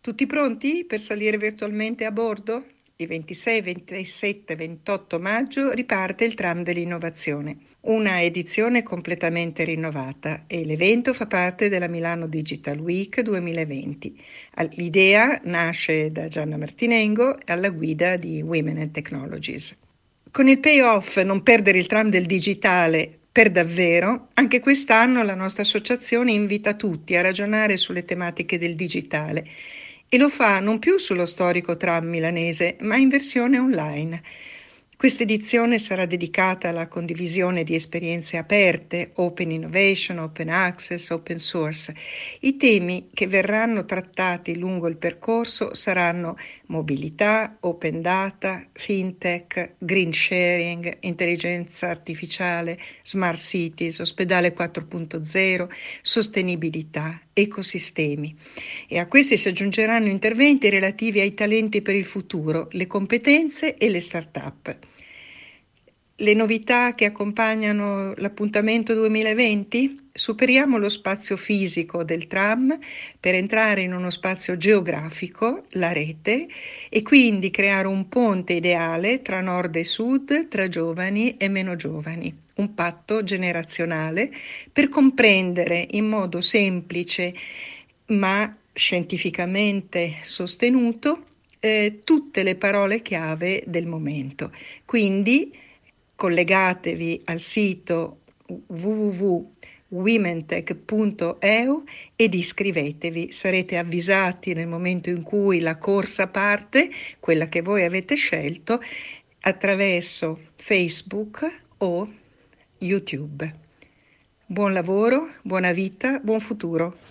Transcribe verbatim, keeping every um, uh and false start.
Tutti pronti per salire virtualmente a bordo? Il ventisei, ventisette, ventotto maggio riparte il tram dell'innovazione, una edizione completamente rinnovata, e l'evento fa parte della Milano Digital Week duemilaventi. L'idea nasce da Gianna Martinengo alla guida di Women and Technologies. Con il payoff non perdere il tram del digitale per davvero, anche quest'anno la nostra associazione invita tutti a ragionare sulle tematiche del digitale e lo fa non più sullo storico tram milanese, ma in versione online. Questa edizione sarà dedicata alla condivisione di esperienze aperte, open innovation, open access, open source. I temi che verranno trattati lungo il percorso saranno mobilità, open data, fintech, green sharing, intelligenza artificiale, smart cities, ospedale quattro punto zero, sostenibilità, ecosistemi. E a questi si aggiungeranno interventi relativi ai talenti per il futuro, le competenze e le start-up. Le novità che accompagnano l'appuntamento duemilaventi? Superiamo lo spazio fisico del tram per entrare in uno spazio geografico, la rete, e quindi creare un ponte ideale tra nord e sud, tra giovani e meno giovani, un patto generazionale per comprendere in modo semplice ma scientificamente sostenuto eh, tutte le parole chiave del momento. Quindi collegatevi al sito w w w punto womentech punto e u ed iscrivetevi. Sarete avvisati nel momento in cui la corsa parte, quella che voi avete scelto, attraverso Facebook o YouTube. Buon lavoro, buona vita, buon futuro.